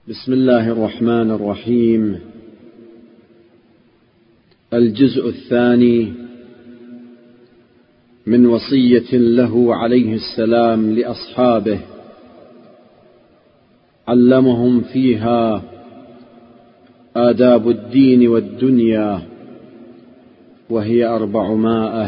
بسم الله الرحمن الرحيم. الجزء الثاني من وصية له عليه السلام لأصحابه علمهم فيها آداب الدين والدنيا، وهي 400.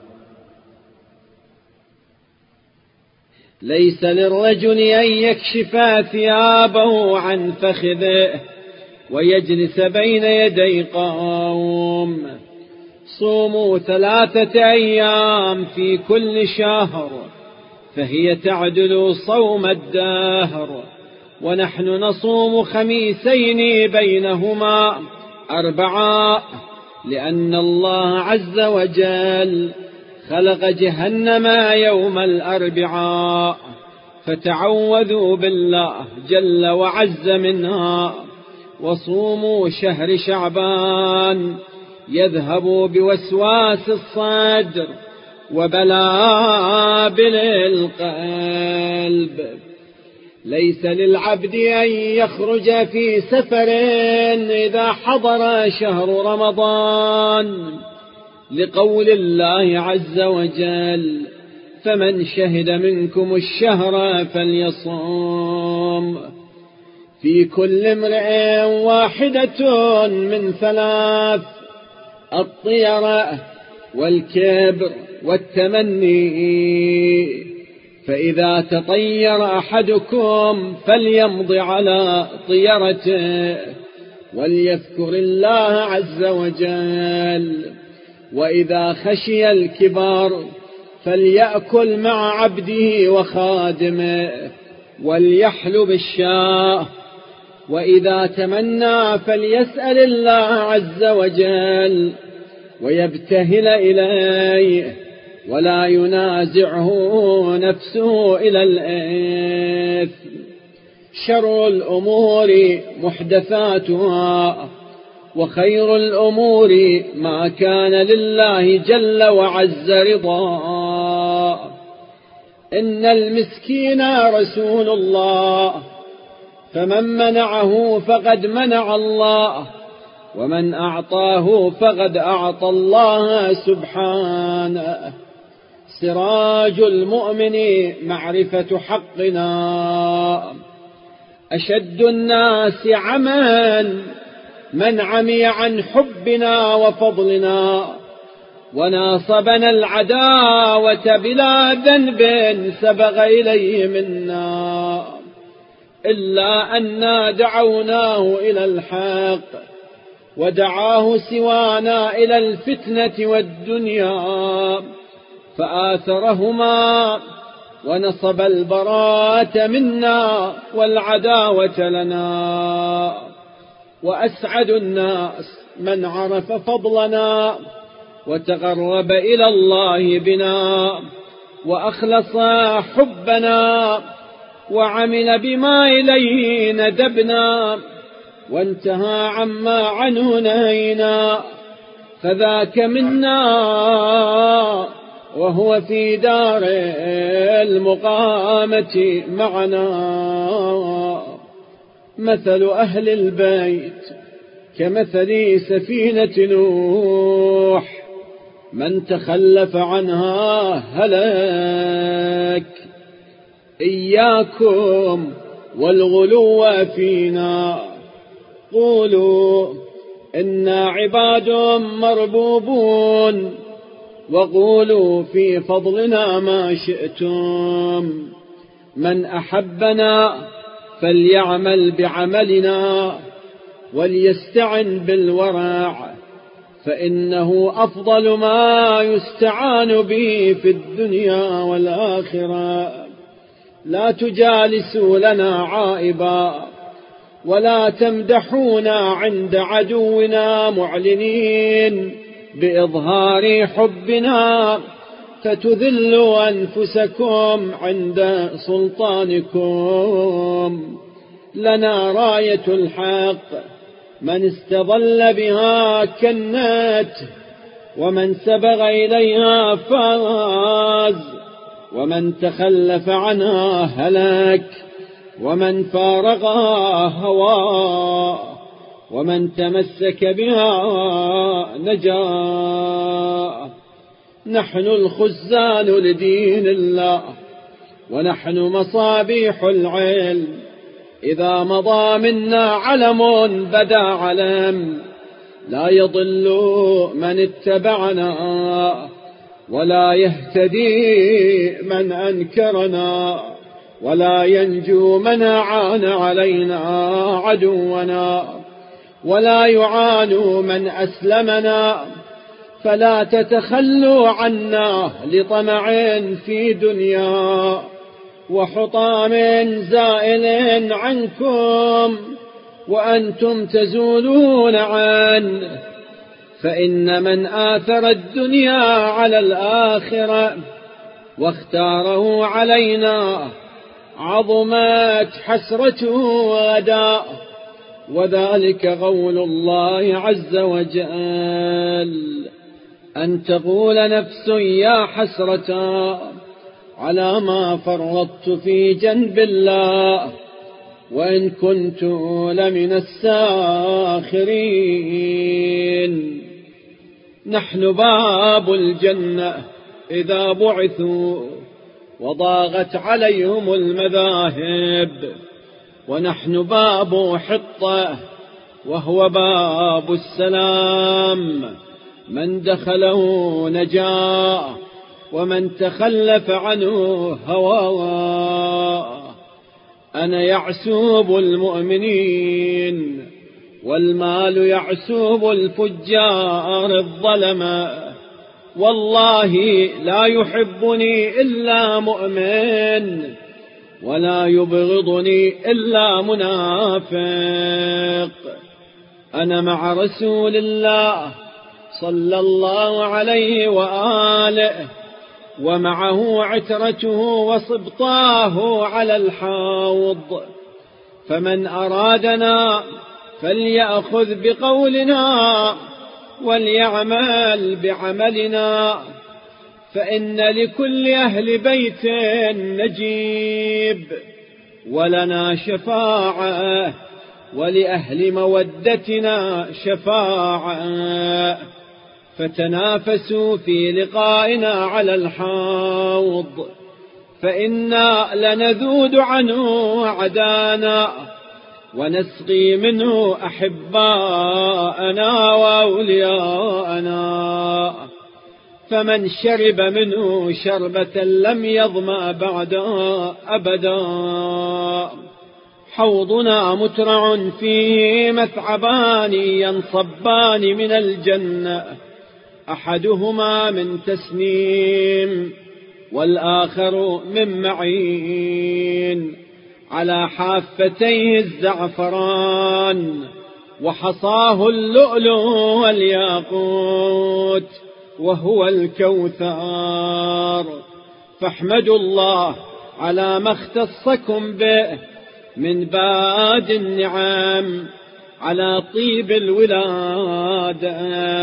ليس للرجل أن يكشف ثيابه عن فخذه ويجلس بين يدي قوم. صوموا 3 أيام في كل شهر، فهي تعدل صوم الدهر، ونحن نصوم 5 بينهما 4، لأن الله عز وجل خلق جهنم يوم الأربعاء، فتعوذوا بالله جل وعز منها. وصوموا شهر شعبان يذهب بوسواس الصدر وبلابل القلب. ليس للعبد أن يخرج في سفر إذا حضر شهر رمضان، لقول الله عز وجل: فمن شهد منكم الشهر فليصوم. في كل امرئ واحدة من 3: الطيرة والكبر والتمني. فإذا تطير أحدكم فليمض على طيرته وليذكر الله عز وجل. وإذا خشي الكبار فليأكل مع عبده وخادمه وليحلب الشاة. وإذا تمنى فليسأل الله عز وجل ويبتهل إليه ولا ينازعه نفسه إلى الإثم. شر الأمور محدثاتها، وخير الأمور ما كان لله جل وعز رضاه. إن المسكين رسول الله، فمن منعه فقد منع الله، ومن أعطاه فقد أعطى الله سبحانه. سراج المؤمن معرفة حقنا. أشد الناس عمًا من عمي عن حبنا وفضلنا، وناصبنا العداوة بلا ذنب سبق إليه منا، إلا أننا دعوناه إلى الحق ودعاه سوانا إلى الفتنة والدنيا، فآثرهما ونصب البراءة منا والعداوة لنا. وأسعد الناس من عرف فضلنا وتقرب إلى الله بنا وأخلص حبنا وعمل بما إليه ندبنا وانتهى عما عنه نهينا، فذاك منا وهو في دار المقامة معنا. مثل أهل البيت كمثل سفينة نوح، من تخلف عنها هلك. إياكم والغلو فينا، قولوا إنا عباد مربوبون، وقولوا في فضلنا ما شئتم. من أحبنا فليعمل بعملنا وليستعن بالورع، فإنه أفضل ما يستعان به في الدنيا والآخرة. لا تجالسوا لنا عائبا، ولا تمدحونا عند عدونا معلنين بإظهار حبنا، فتذلوا أنفسكم عند سلطانكم. لنا راية الحق، من استظل بها كنت، ومن سبغ إليها فاز، ومن تخلف عنها هلك. ومن فارقها هوى، ومن تمسك بها نجا. نحن الخزان لدين الله، ونحن مصابيح العلم. إذا مضى منا علم بدا علم، لا يضل من اتبعنا، ولا يهتدي من أنكرنا، ولا ينجو من أعان علينا عدونا، ولا يعان من أسلمنا. فلا تتخلوا عنا لطمع في دنيا، وحطام زائل عنكم وأنتم تزولون عنه. فإن من آثر الدنيا على الآخرة واختاره علينا عظمت حسرته غدا. وذلك قول الله عز وجل: أن تقول نفس يا حسرة على ما فرطت في جنب الله، وإن كنت لمن الساخرين. نحن باب الجنة إذا بعثوا وضاغت عليهم المذاهب، ونحن باب حطة وهو باب السلام، من دخله نجا، ومن تخلف عنه هوى. أنا يعسوب المؤمنين، والمال يعسوب الفجار الظلمة. والله لا يحبني إلا مؤمن، ولا يبغضني إلا منافق. أنا مع رسول الله صلى الله عليه وآله، ومعه عترته وصبطاه على الحوض. فمن أرادنا فليأخذ بقولنا وليعمل بعملنا، فإن لكل أهل بيت نجيب، ولنا شفاعة، ولأهل مودتنا شفاعة. فتنافسوا في لقائنا على الحوض، فإنا لنذود عنه عدانا، ونسقي منه أحباءنا وأولياءنا. فمن شرب منه شربة لم يظمأ بعدها أبدا. حوضنا مترع فيه مثعبان ينصبان من الجنة، أحدهما من تسنيم والآخر من معين، على حافتيه الزعفران، وحصاه اللؤلؤ والياقوت، وهو الكوثر. فاحمدوا الله على ما اختصكم به من باد النعم، على طيب الولادة.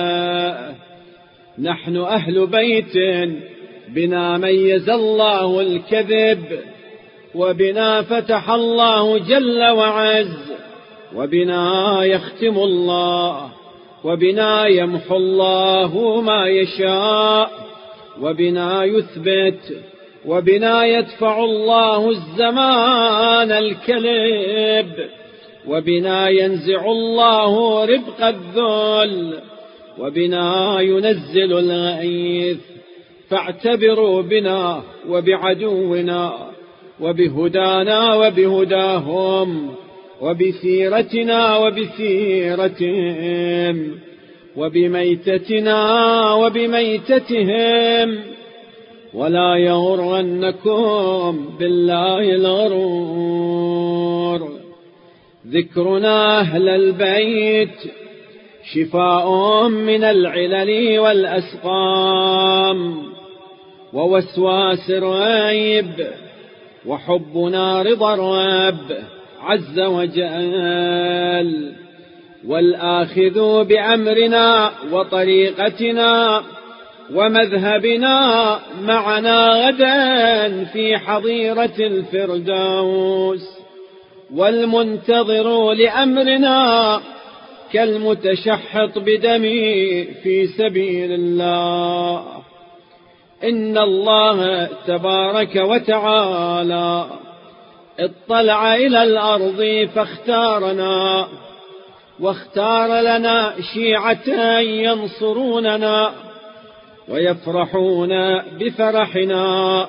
نحن أهل بيت بنا ميز الله الكذب، وبنا فتح الله جل وعز، وبنا يختم الله، وبنا يمحو الله ما يشاء، وبنا يثبت، وبنا يدفع الله الزمان الكلب، وبنا ينزع الله ربق الذل، وبنا ينزل الغيث. فاعتبروا بنا وبعدونا، وبهدانا وبهداهم، وبسيرتنا وبسيرتهم، وبميتتنا وبميتتهم. ولا يغرنكم بالله الغرور. ذكرنا أهل البيت شفاء من العلل والأسقام ووسواس الريب، وحبنا رضا الرب عز وجل، والآخذ بأمرنا وطريقتنا ومذهبنا معنا غدا في حظيرة الفردوس. والمنتظر لأمرنا كالمتشحط بدمي في سبيل الله. إن الله تبارك وتعالى اطلع إلى الأرض فاختارنا، واختار لنا شيعة ينصروننا ويفرحون بفرحنا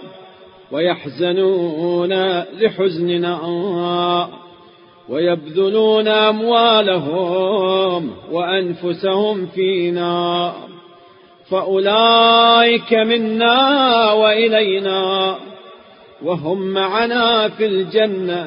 ويحزنون لحزننا، ويبذلون أموالهم وأنفسهم فينا، فأولئك منا وإلينا وهم معنا في الجنة.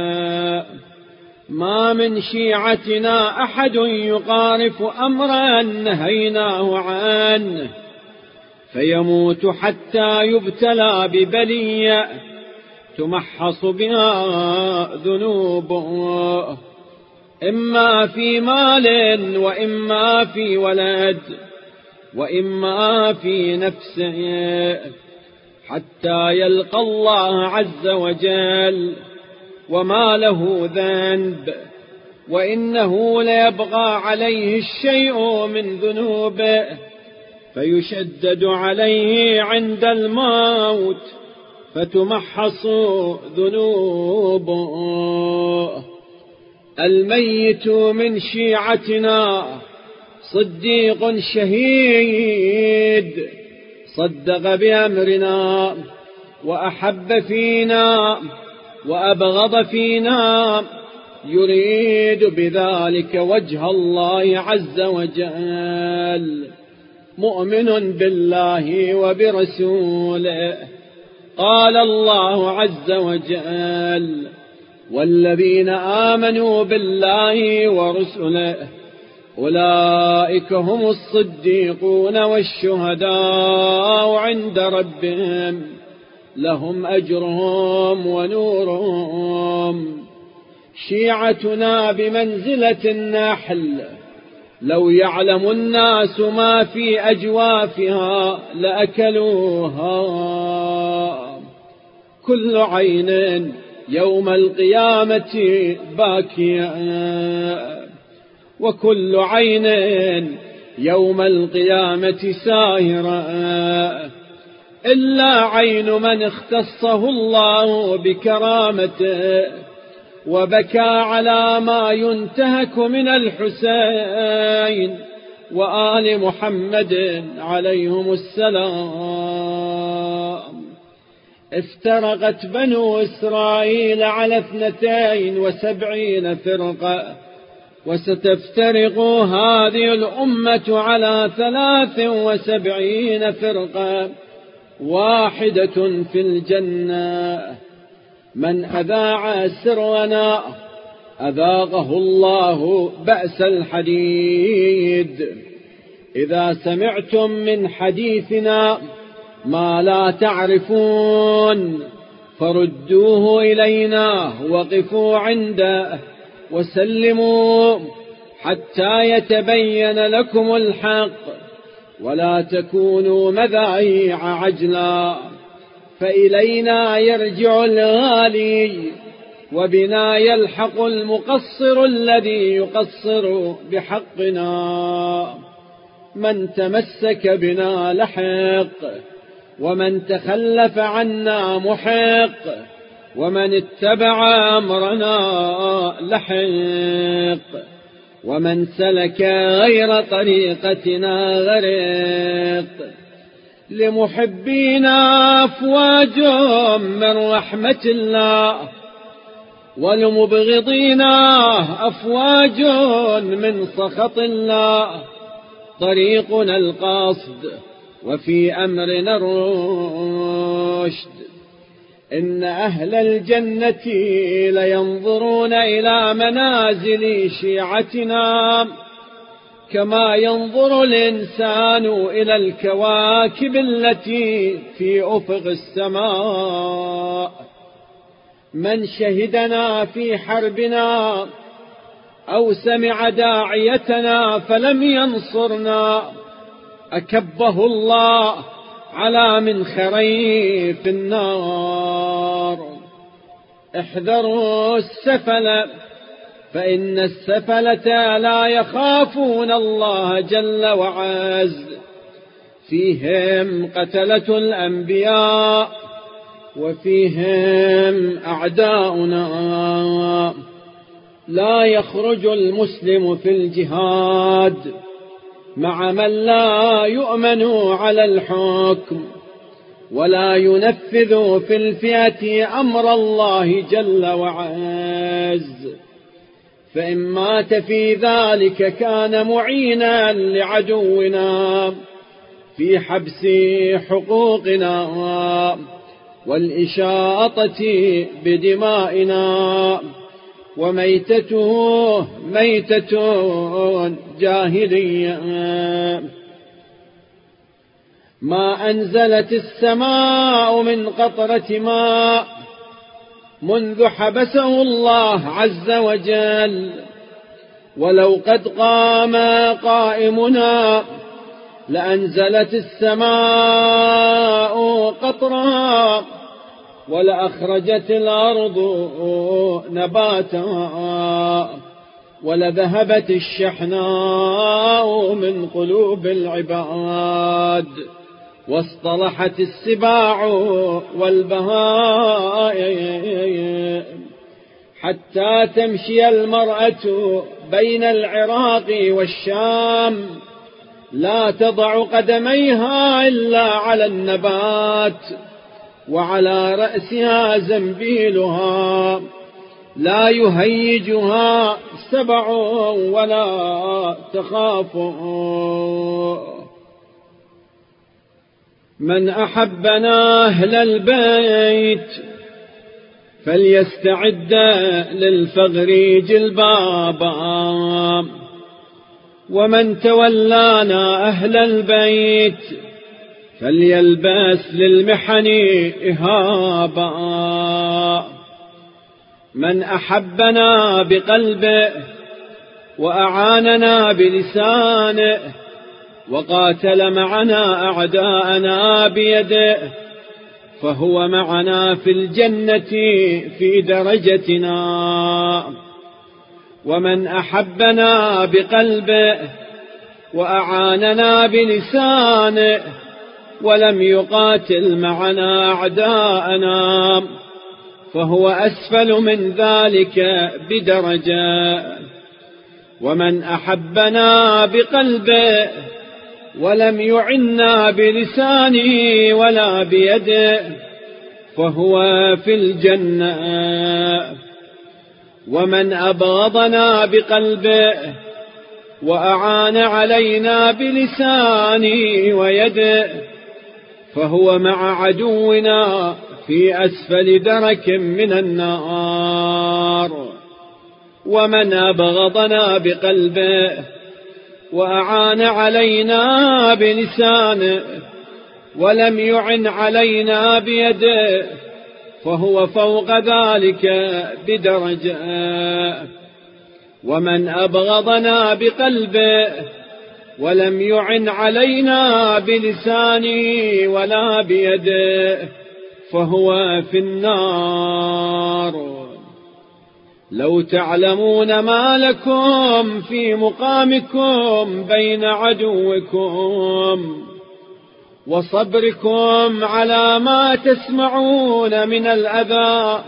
ما من شيعتنا أحد يقارف أمرا نهيناه عنه فيموت حتى يبتلى ببلية تمحص بها ذنوبه، إما في مال وإما في ولد وإما في نفسه، حتى يلقى الله عز وجل وما له ذنب، وإنه ليبغى عليه الشيء من ذنوبه فيشدد عليه عند الموت فتمحص ذنوبه. الميت من شيعتنا صديق شهيد صدق بأمرنا وأحب فينا وأبغض فينا، يريد بذلك وجه الله عز وجل، مؤمن بالله وبرسوله. قال الله عز وجل: والذين آمنوا بالله ورسله أولئك هم الصديقون والشهداء عند ربهم لهم أجرهم ونورهم. شيعتنا بمنزلة النحل، لو يعلم الناس ما في أجوافها لأكلوها. كل عين يوم القيامة باكية، وكل عين يوم القيامة ساهرة، إلا عين من اختصه الله بكرامته وبكى على ما ينتهك من الحسين وآل محمد عليهم السلام. افترقت بنو إسرائيل على 72 فرقة، وستفترق هذه الأمة على 73 فرقة، واحدة في الجنة. من أذاع سرنا أذاقه الله بأس الحديد. إذا سمعتم من حديثنا ما لا تعرفون فردوه إلينا وقفوا عنده وسلموا حتى يتبين لكم الحق، ولا تكونوا مذايع عجلا، فإلينا يرجع الغالي وبنا يلحق المقصر الذي يقصر بحقنا. من تمسك بنا لحق، ومن تخلف عنا محق، ومن اتبع أمرنا لحق، ومن سلك غير طريقتنا غرق. لمحبينا أفواج من رحمة الله، ولمبغضينا أفواج من سخط الله. طريقنا القصد وفي أمرنا الرشد. إن أهل الجنة لينظرون إلى منازل شيعتنا كما ينظر الإنسان إلى الكواكب التي في أفق السماء. من شهدنا في حربنا أو سمع داعيتنا فلم ينصرنا أكبه الله على منخري في النار. احذروا السفل، فإن السفلة لا يخافون الله جل وعز، فيهم قتلة الأنبياء وفيهم أعداؤنا. لا يخرج المسلم في الجهاد مع من لا يؤمن على الحكم ولا ينفذ في الفئة أمر الله جل وعز، فإن مات في ذلك كان معينا لعدونا في حبس حقوقنا والإشاطة بدمائنا، وميتته ميتة جاهلية. ما أنزلت السماء من قطرة ماء منذ حبسه الله عز وجل، ولو قد قام قائمنا لأنزلت السماء قطرها ولأخرجت الأرض نباتها ولذهبت الشحناء من قلوب العباد واصطلحت السباع والبهائم، حتى تمشي المرأة بين العراق والشام لا تضع قدميها إلا على النبات، وعلى رأسها زنبيلها لا يهيجها سبع ولا تخاف. من أحبنا أهل البيت فليستعد للفغر جلبابا، ومن تولانا أهل البيت فليلبس للمحن إهابا. من أحبنا بقلبه وأعاننا بلسانه وقاتل معنا أعداءنا بيده فهو معنا في الجنة في درجتنا. ومن أحبنا بقلبه وأعاننا بلسانه ولم يقاتل معنا أعداءنا فهو أسفل من ذلك بدرجة. ومن أحبنا بقلبه ولم يعنا بلسانه ولا بيده فهو في الجنة. ومن أبغضنا بقلبه وأعان علينا بلسانه ويده فهو مع عدونا في أسفل درك من النار. ومن أبغضنا بقلبه وأعان علينا بلسانه ولم يعن علينا بيده فهو فوق ذلك بدرجة. ومن أبغضنا بقلبه ولم يعن علينا بلسانه ولا بيده فهو في النار. لو تعلمون ما لكم في مقامكم بين عدوكم وصبركم على ما تسمعون من الأذى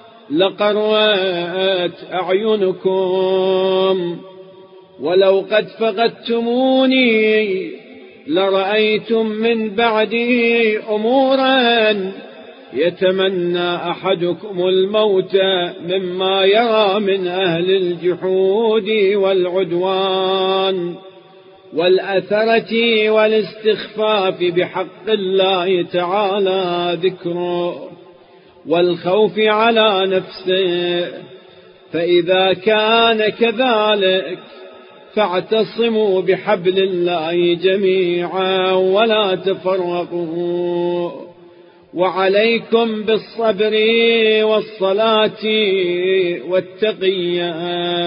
لقرت أعينكم، ولو قد فقدتموني لرأيتم من بعدي أمورا يتمنى أحدكم الموت مما يرى من أهل الجحود والعدوان والأثرة والاستخفاف بحق الله تعالى ذكره والخوف على نفسه. فإذا كان كذلك فاعتصموا بحبل الله جميعا ولا تفرقوا، وعليكم بالصبر والصلاة والتقية.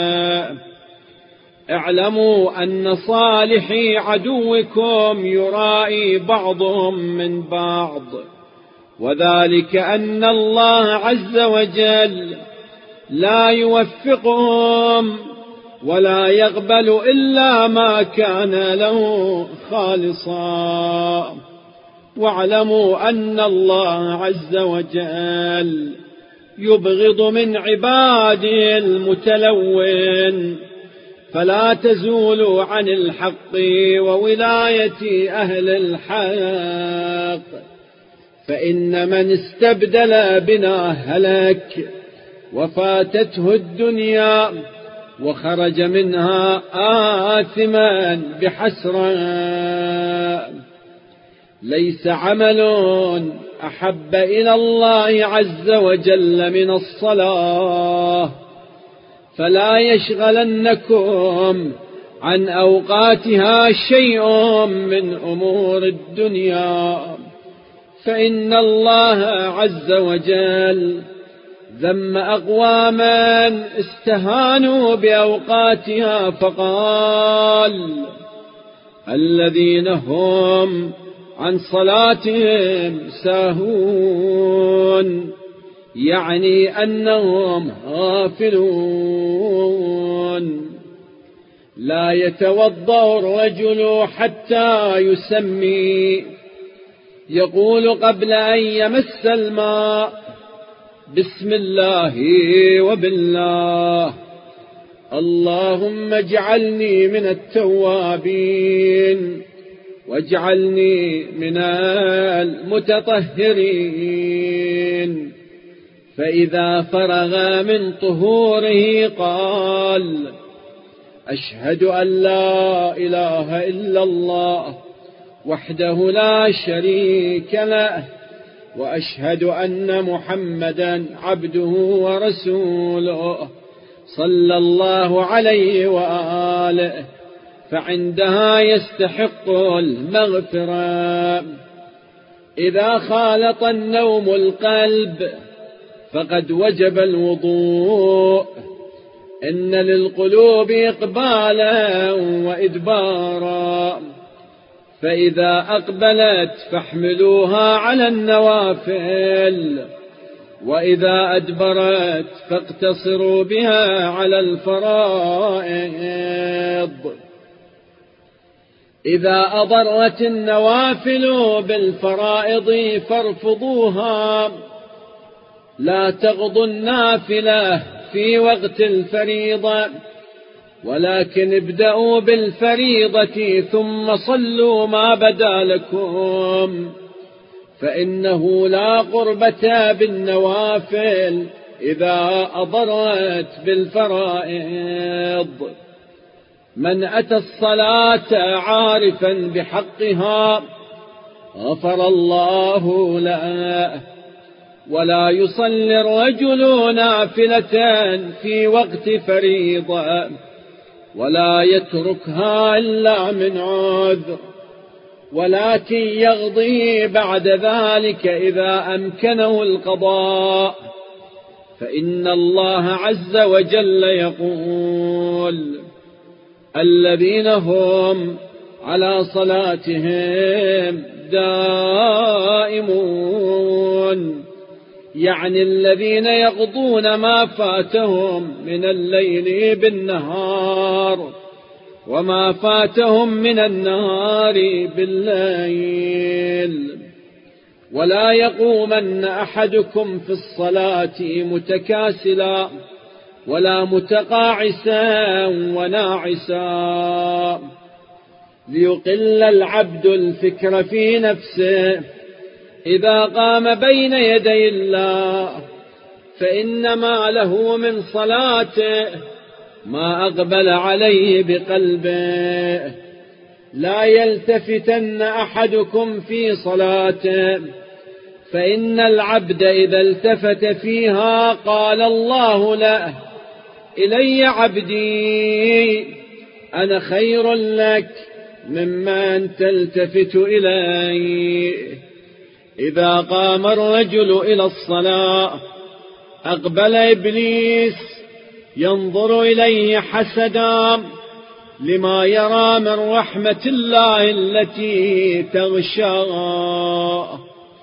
اعلموا أن صالحي عدوكم يرائي بعضهم من بعض وذلك أن الله عز وجل لا يوفقهم ولا يقبل إلا ما كان له خالصا. واعلموا أن الله عز وجل يبغض من عباده المتلون، فلا تزولوا عن الحق وولاية أهل الحق، فإن من استبدل بنا هلك وفاتته الدنيا وخرج منها آثما بحسرة. ليس عمل أحب إلى الله عز وجل من الصلاة، فلا يشغلنكم عن أوقاتها شيء من أمور الدنيا، فإن الله عز وجل ذم أقواما استهانوا بأوقاتها فقال: الذين هم عن صلاتهم ساهون، يعني أنهم غافلون. لا يتوضأ الرجل حتى يسمي، يقول قبل أن يمس الماء: بسم الله وبالله، اللهم اجعلني من التوابين واجعلني من المتطهرين. فإذا فرغ من طهوره قال: أشهد أن لا إله إلا الله وحده لا شريك له، وأشهد أن محمدا عبده ورسوله صلى الله عليه وآله، فعندها يستحق المغفرة. إذا خالط النوم القلب فقد وجب الوضوء. إن للقلوب إقبالا وإدبارا، فإذا أقبلت فاحملوها على النوافل، وإذا أدبرت فاقتصروا بها على الفرائض. إذا أضرت النوافل بالفرائض فارفضوها، لا تقضوا النافلة في وقت الفريضة، ولكن ابدأوا بالفريضة ثم صلوا ما بدا لكم، فإنه لا قربة بالنوافل إذا أضرت بالفرائض. من أتى الصلاة عارفا بحقها غفر الله له. ولا يصلي الرجل نافلة في وقت فريضة ولا يتركها إلا من عذر، ولكن يقضي بعد ذلك إذا أمكنه القضاء، فإن الله عز وجل يقول: الذين هم على صلاتهم دائمون، يعني الذين يقضون ما فاتهم من الليل بالنهار وما فاتهم من النهار بالليل. ولا يقومن أحدكم في الصلاة متكاسلا ولا متقاعسا وناعسا، ليقل العبد الفكر في نفسه إذا قام بين يدي الله، فإنما له من صلاته ما أقبل عليه بقلبه. لا يلتفتن أحدكم في صلاته، فإن العبد إذا التفت فيها قال الله له: إلي عبدي، أنا خير لك ممن تلتفت إلي. إذا قام الرجل إلى الصلاة أقبل إبليس ينظر إليه حسدا لما يرى من رحمة الله التي تغشاه،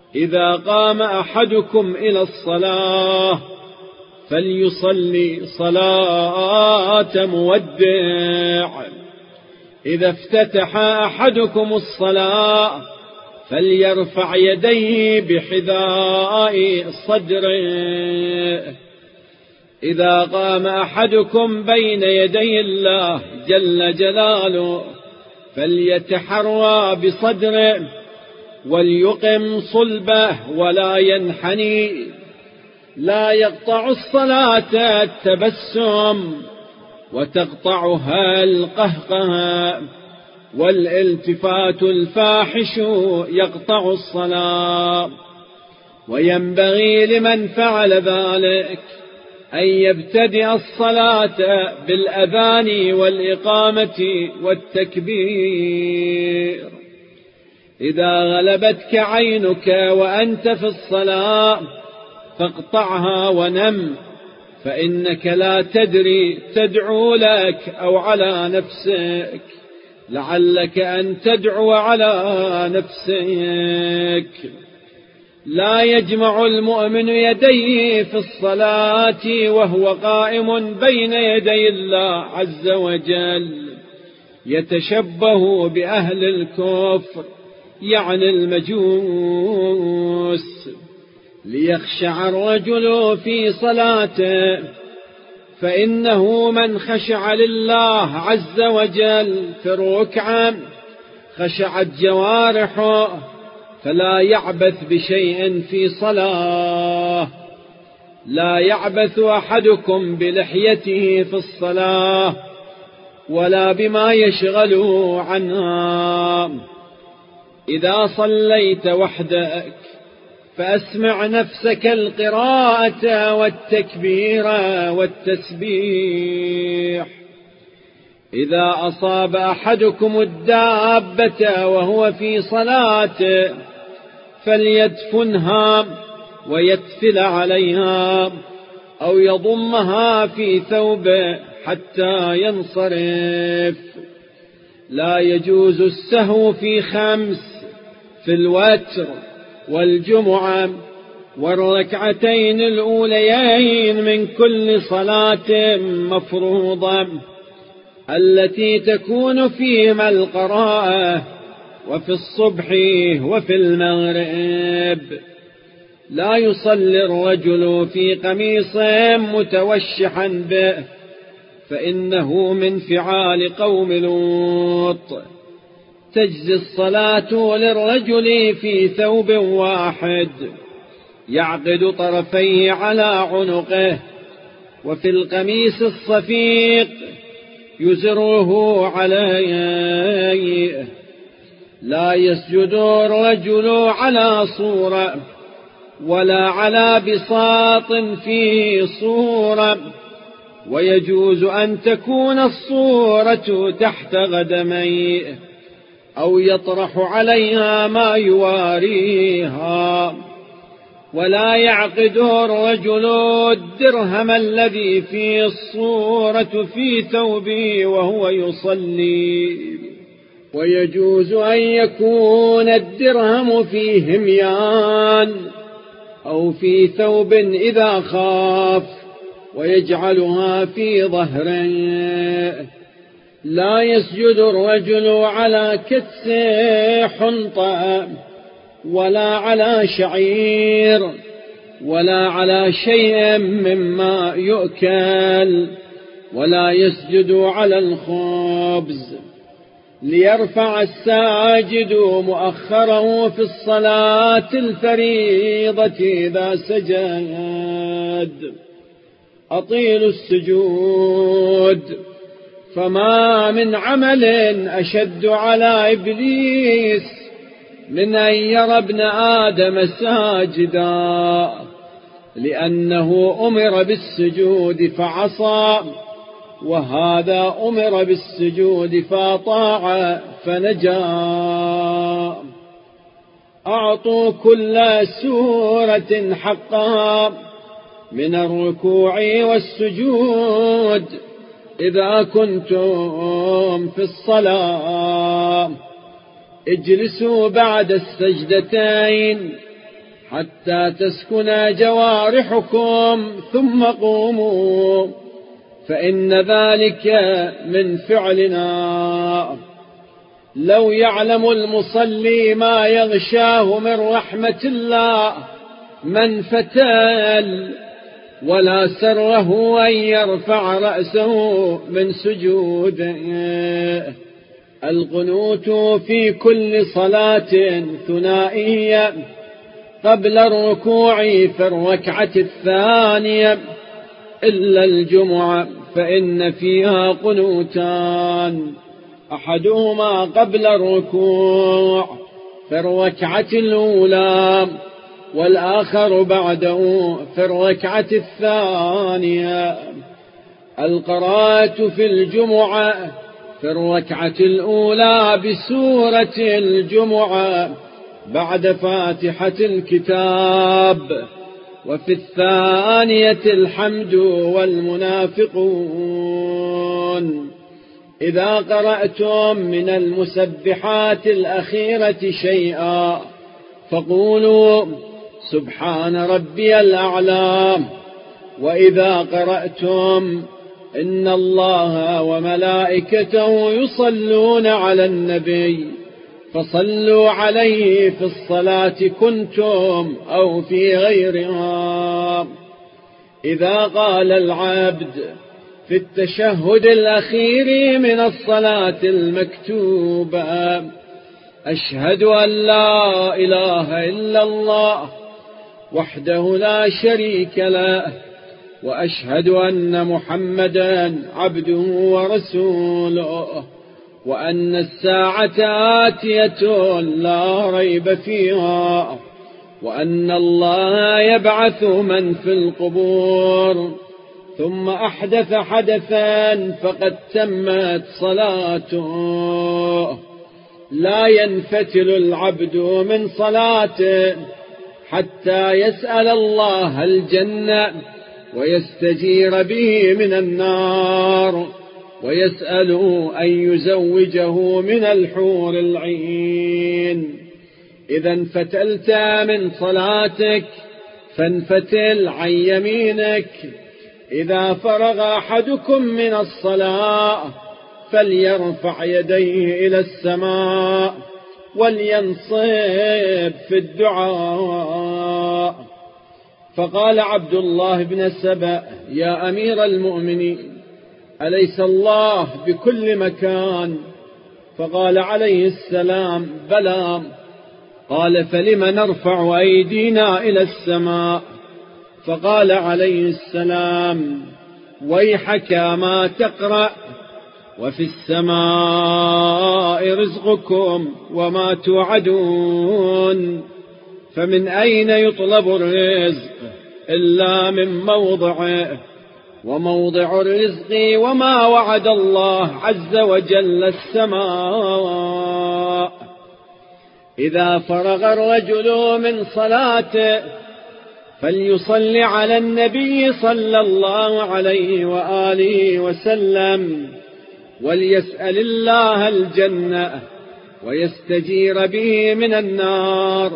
إذا قام أحدكم إلى الصلاة فليصلي صلاة مودع. إذا افتتح أحدكم الصلاة فليرفع يديه بحذاء صدره. إذا قام أحدكم بين يدي الله جل جلاله فليتحرى بصدره وليقم صلبه ولا ينحني. لا يقطع الصلاة التبسم وتقطعها القهقه، والالتفات الفاحش يقطع الصلاة. وينبغي لمن فعل ذلك أن يبتدئ الصلاة بالأذان والإقامة والتكبير. إذا غلبتك عينك وأنت في الصلاة فاقطعها ونم، فإنك لا تدري تدعو لك أو على نفسك، لعلك أن تدعو على نفسك. لا يجمع المؤمن يديه في الصلاة وهو قائم بين يدي الله عز وجل يتشبه بأهل الكفر، يعني المجوس. ليخشع الرجل في صلاته، فإنه من خشع لله عز وجل في الركعة خشعت جوارحه، فلا يعبث بشيء في صلاة. لا يعبث أحدكم بلحيته في الصلاة ولا بما يشغله عنها. إذا صليت وحدك فأسمع نفسك القراءة والتكبير والتسبيح. إذا أصاب أحدكم الدابة وهو في صلاته فليدفنها ويتفل عليها أو يضمها في ثوبه حتى ينصرف. لا يجوز السهو في 5: في الوتر والجمعة والركعتين الأوليين من كل صلاة مفروضة التي تكون فيهما القراءة، وفي الصبح وفي المغرب. لا يصلي الرجل في قميص متوشحا به، فإنه من فعال قوم لوط. تجزي الصلاة للرجل في ثوب واحد يعقد طرفيه على عنقه، وفي القميص الصفيق يزره عليه. لا يسجد الرجل على صورة ولا على بساط فيه صورة، ويجوز أن تكون الصورة تحت قدميه أو يطرح عليها ما يواريها. ولا يعقد الرجل الدرهم الذي فيه الصورة في ثوبه وهو يصلي. ويجوز أن يكون الدرهم في هميان أو في ثوب إذا خاف ويجعلها في ظهره. لا يسجد الرجل على كتس حنطة ولا على شعير ولا على شيء مما يؤكل، ولا يسجد على الخبز. ليرفع الساجد مؤخره في الصلاة الفريضة إذا سجد. أطيل السجود، فما من عمل أشد على إبليس من أن يرى ابن آدم ساجدا، لأنه أمر بالسجود فعصى، وهذا أمر بالسجود فأطاع فنجا. أعطوا كل سورة حقها من الركوع والسجود إذا كنتم في الصلاة. اجلسوا بعد السجدتين حتى تسكن جوارحكم ثم قوموا، فإن ذلك من فعلنا. لو يعلم المصلي ما يغشاه من رحمة الله من فتل، ولا سره أن يرفع رأسه من سجوده. القنوت في كل صلاة ثنائية قبل الركوع في الركعة الثانية إلا الجمعة، فإن فيها قنوتان، أحدهما قبل الركوع في الركعة الأولى، والآخر بعده في الركعة الثانية. القراءة في الجمعة في الركعة الأولى بسورة الجمعة بعد فاتحة الكتاب، وفي الثانية الحمد والمنافقون. إذا قرأتم من المسبحات الأخيرة شيئا فقولوا سبحان ربي الأعلى. وإذا قرأتم إن الله وملائكته يصلون على النبي فصلوا عليه في الصلاة كنتم أو في غيرها. إذا قال العبد في التشهد الأخير من الصلاة المكتوبة أشهد أن لا إله إلا الله وحده لا شريك له، وأشهد أن محمدا عبده ورسوله، وأن الساعة آتية لا ريب فيها، وأن الله يبعث من في القبور، ثم أحدث حدثا فقد تمت صلاته. لا ينفتل العبد من صلاته حتى يسأل الله الجنة ويستجير به من النار، ويسأل أن يزوجه من الحور العين. إذا انفتلت من صلاتك فانفتل عن يمينك. إذا فرغ أحدكم من الصلاة فليرفع يديه إلى السماء ولينصب في الدعاء. فقال عبد الله بن سبأ يا أمير المؤمنين أليس الله بكل مكان؟ فقال عليه السلام بلى. قال فلم نرفع أيدينا إلى السماء؟ فقال عليه السلام ويحك ما تقرأ وفي السماء رزقكم وما توعدون. فمن أين يطلب الرزق إلا من موضعه، وموضع الرزق وما وعد الله عز وجل السماء. إذا فرغ الرجل من صلاته فليصل على النبي صلى الله عليه وآله وسلم، وليسأل الله الجنة ويستجير به من النار،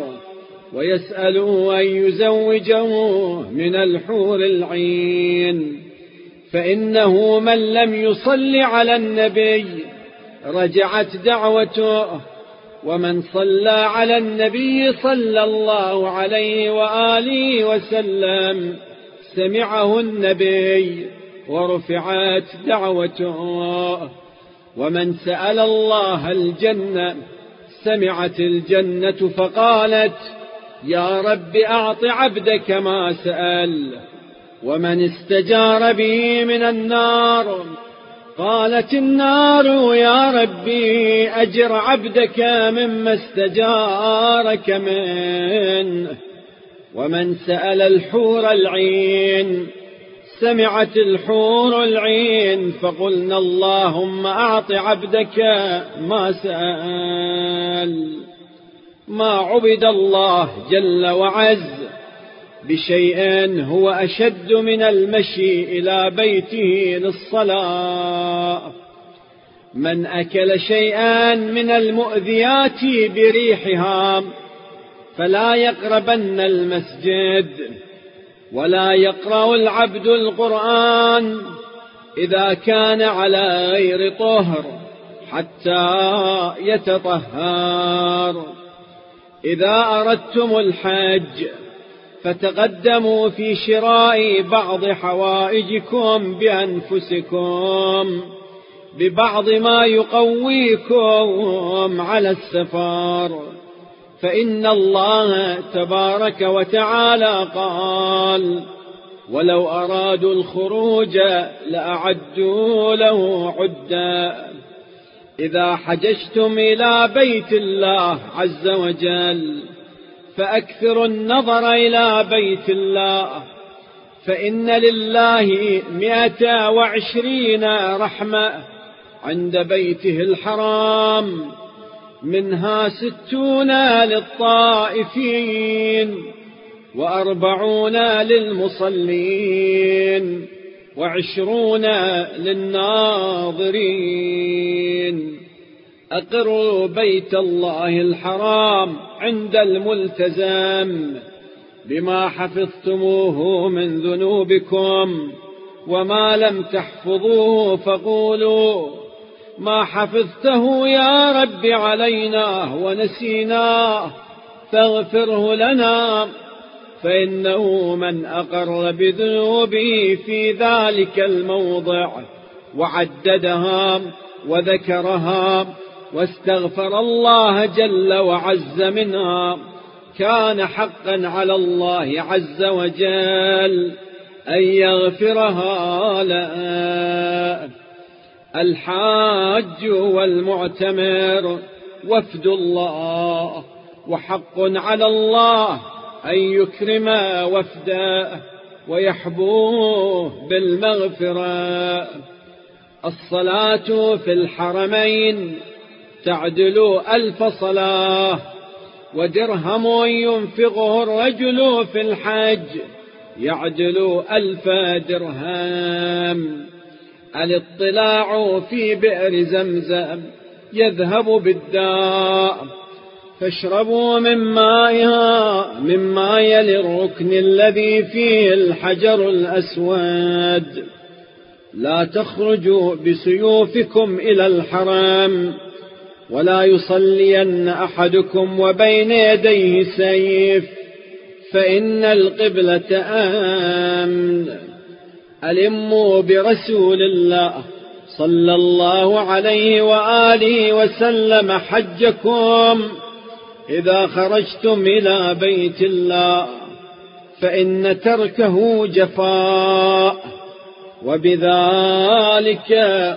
ويسأله أن يزوجه من الحور العين. فإنه من لم يصل على النبي رجعت دعوته، ومن صلى على النبي صلى الله عليه وآله وسلم سمعه النبي ورفعت دعوته. ومن سأل الله الجنة سمعت الجنة فقالت يا رب أعط عبدك ما سأل. ومن استجار به من النار قالت النار يا ربي أجر عبدك مما استجارك منه. ومن سأل الحور العين سمعت الحور العين فقلنا اللهم أعط عبدك ما سأل. ما عبد الله جل وعز بشيء هو أشد من المشي إلى بيته للصلاة. من أكل شيئا من المؤذيات بريحها فلا يقربن المسجد، ولا يقرأ العبد القرآن إذا كان على غير طهر حتى يتطهر. إذا أردتم الحج فتقدموا في شراء بعض حوائجكم بأنفسكم ببعض ما يقويكم على السفر، فإن الله تبارك وتعالى قال: ولو أرادوا الخروج لأعدوا له عدا. إذا حججتم إلى بيت الله عز وجل فأكثروا النظر إلى بيت الله، فإن لله 120 رحمة عند بيته الحرام، منها 60 للطائفين، 40 للمصلين، 20 للناظرين. أقروا بيت الله الحرام عند الملتزم بما حفظتموه من ذنوبكم، وما لم تحفظوه فقولوا: ما حفظته يا رب علينا ونسيناه فاغفره لنا، فإنه من أقر بذنوبه في ذلك الموضع وعددها وذكرها واستغفر الله جل وعز منها، كان حقا على الله عز وجل أن يغفرها له. الحاج والمعتمر وفد الله، وحق على الله أن يكرم وفده ويحبوه بالمغفرة. الصلاة في الحرمين تعدل 1000 صلاة، ودرهم ينفقه الرجل في الحج يعدل 1000 درهم. الاطلاع في بئر زمزم يذهب بالداء، فاشربوا من مائها مما يلي الركن الذي فيه الحجر الأسود. لا تخرجوا بسيوفكم إلى الحرم، ولا يصلين أحدكم وبين يديه سيف، فإن القبلة آمن. ألموا برسول الله صلى الله عليه وآله وسلم حجكم إذا خرجتم إلى بيت الله، فإن تركه جفاء، وبذلك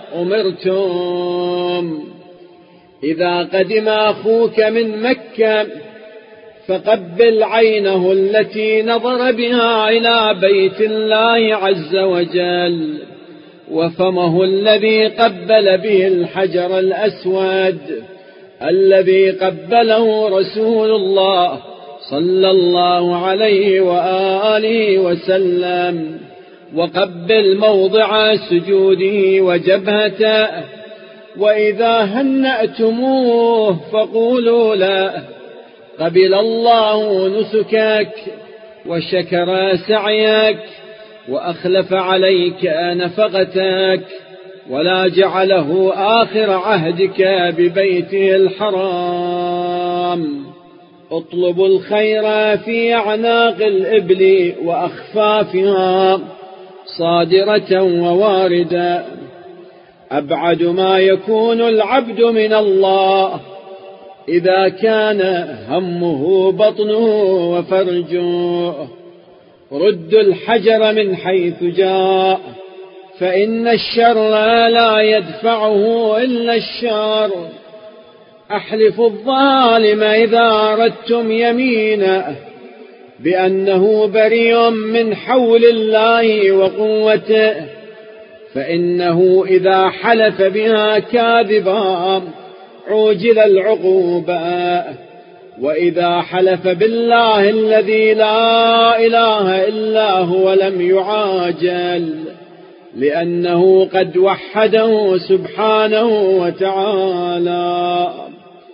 أمرتم. إذا قدم أخوك من مكة فقبل عينه التي نظر بها إلى بيت الله عز وجل، وفمه الذي قبل به الحجر الأسود الذي قبله رسول الله صلى الله عليه وآله وسلم، وقبل موضع سجوده وجبهته. وإذا هنأتموه فقولوا له: قبل الله نسكك وشكر سعيك وأخلف عليك نفقتك، ولا جعله آخر عهدك ببيته الحرام. اطلبوا الخير في أعناق الإبل وأخفافها صادرة وواردة. أبعد ما يكون العبد من الله إذا كان همه بطنه وفرجه. ردوا الحجر من حيث جاء، فإن الشر لا يدفعه إلا الشر. أحلفوا الظالم إذا أردتم يمينه بأنه بريء من حول الله وقوته، فإنه إذا حلف بها كاذبا عوجل العقوبة. وإذا حلف بالله الذي لا إله إلا هو لم يعاجل، لأنه قد وحده سبحانه وتعالى.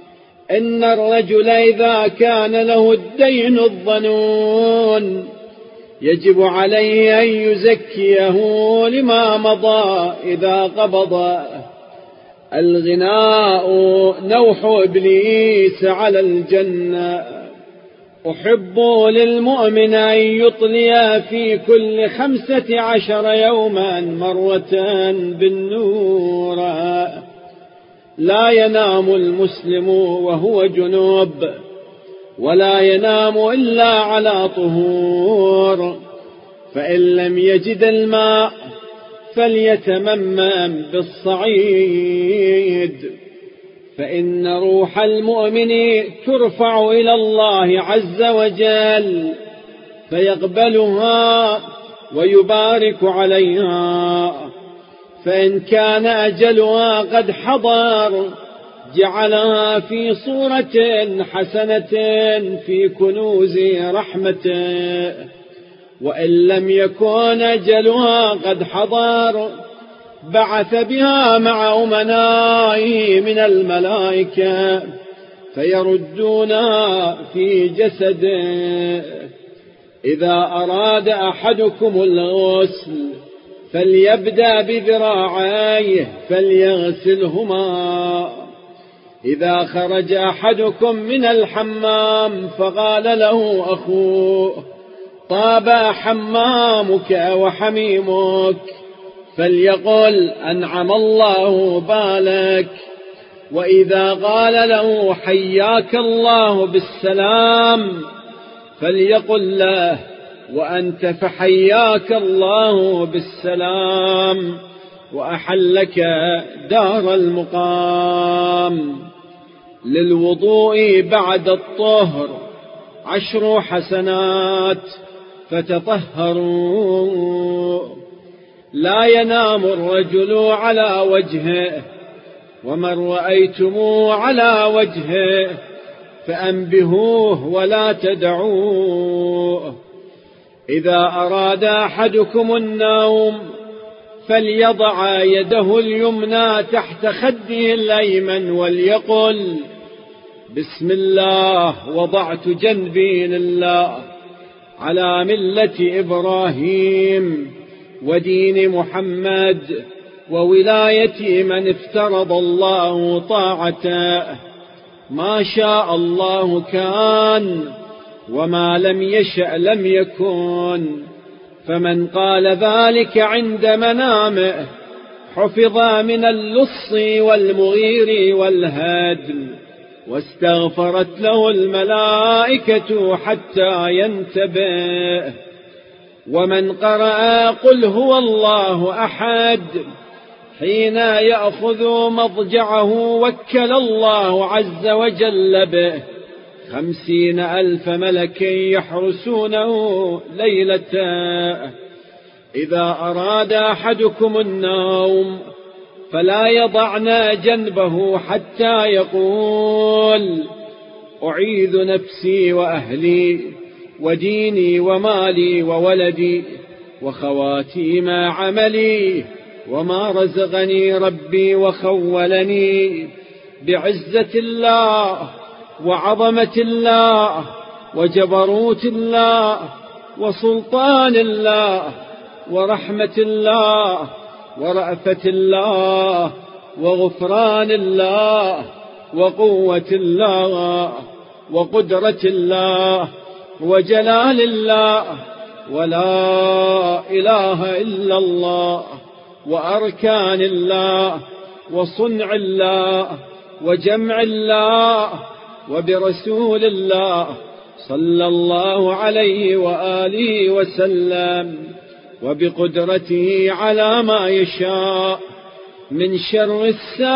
إن الرجل إذا كان له الدين الظنون يجب عليه أن يزكيه لما مضى إذا قبض. الغناء نوح إبليس على الجنة. أحب للمؤمن أن يطلي في كل 15 يوما مرة بالنور. لا ينام المسلم وهو جنوب، ولا ينام إلا على طهور، فإن لم يجد الماء فليتممم بالصعيد، فإن روح المؤمن ترفع إلى الله عز وجل فيقبلها ويبارك عليها، فإن كان أجلها قد حضر جعلها في صورة حسنة في كنوز رحمته، وإن لم يكن أجلها قد حضر بعث بها مع أمنائه من الملائكة فيردونها في جسده. إذا أراد أحدكم الغسل فليبدأ بذراعيه فليغسلهما. إذا خرج أحدكم من الحمام فقال له أخوه طاب حمامك وحميمك فليقل أنعم الله بالك. وإذا قال له حياك الله بالسلام فليقل له وأنت فحياك الله بالسلام وأحلك دار المقام. للوضوء بعد الطهر 10 حسنات فتطهروا. لا ينام الرجل على وجهه، ومن رأيتموه على وجهه فأنبهوه ولا تدعوه. إذا أراد أحدكم النوم فليضع يده اليمنى تحت خده الأيمن وليقل بسم الله وضعت جنبي لله على ملة إبراهيم ودين محمد وولاية من افترض الله طاعته. ما شاء الله كان وما لم يشأ لم يكن. فمن قال ذلك عند منامه حفظ من اللص والمغير والهدم، واستغفرت له الملائكة حتى ينتبه. ومن قرأ قل هو الله أحد حين يأخذ مضجعه وكل الله عز وجل به 50,000 ملك يحرسونه ليلته. إذا أراد أحدكم النوم فلا يضعن جنبه حتى يقول أعيذ نفسي وأهلي وديني ومالي وولدي وخواتيم عملي وما رزقني ربي وخولني بعزة الله وعظمة الله وجبروت الله وسلطان الله ورحمة الله ورأفة الله وغفران الله وقوة الله وقدرة الله وجلال الله ولا إله إلا الله وأركان الله وصنع الله وجمع الله وبرسول الله صلى الله عليه وآله وسلم وبقدرته على ما يشاء من شر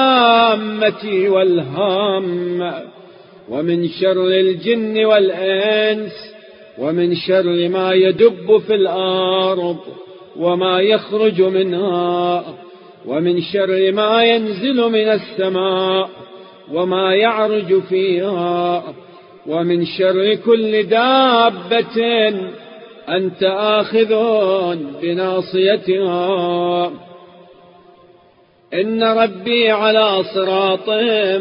السامة والهام ومن شر الجن والإنس ومن شر ما يدب في الأرض وما يخرج منها ومن شر ما ينزل من السماء وما يعرج فيها ومن شر كل دابة أنت آخذ بناصيتها إن ربي على صراط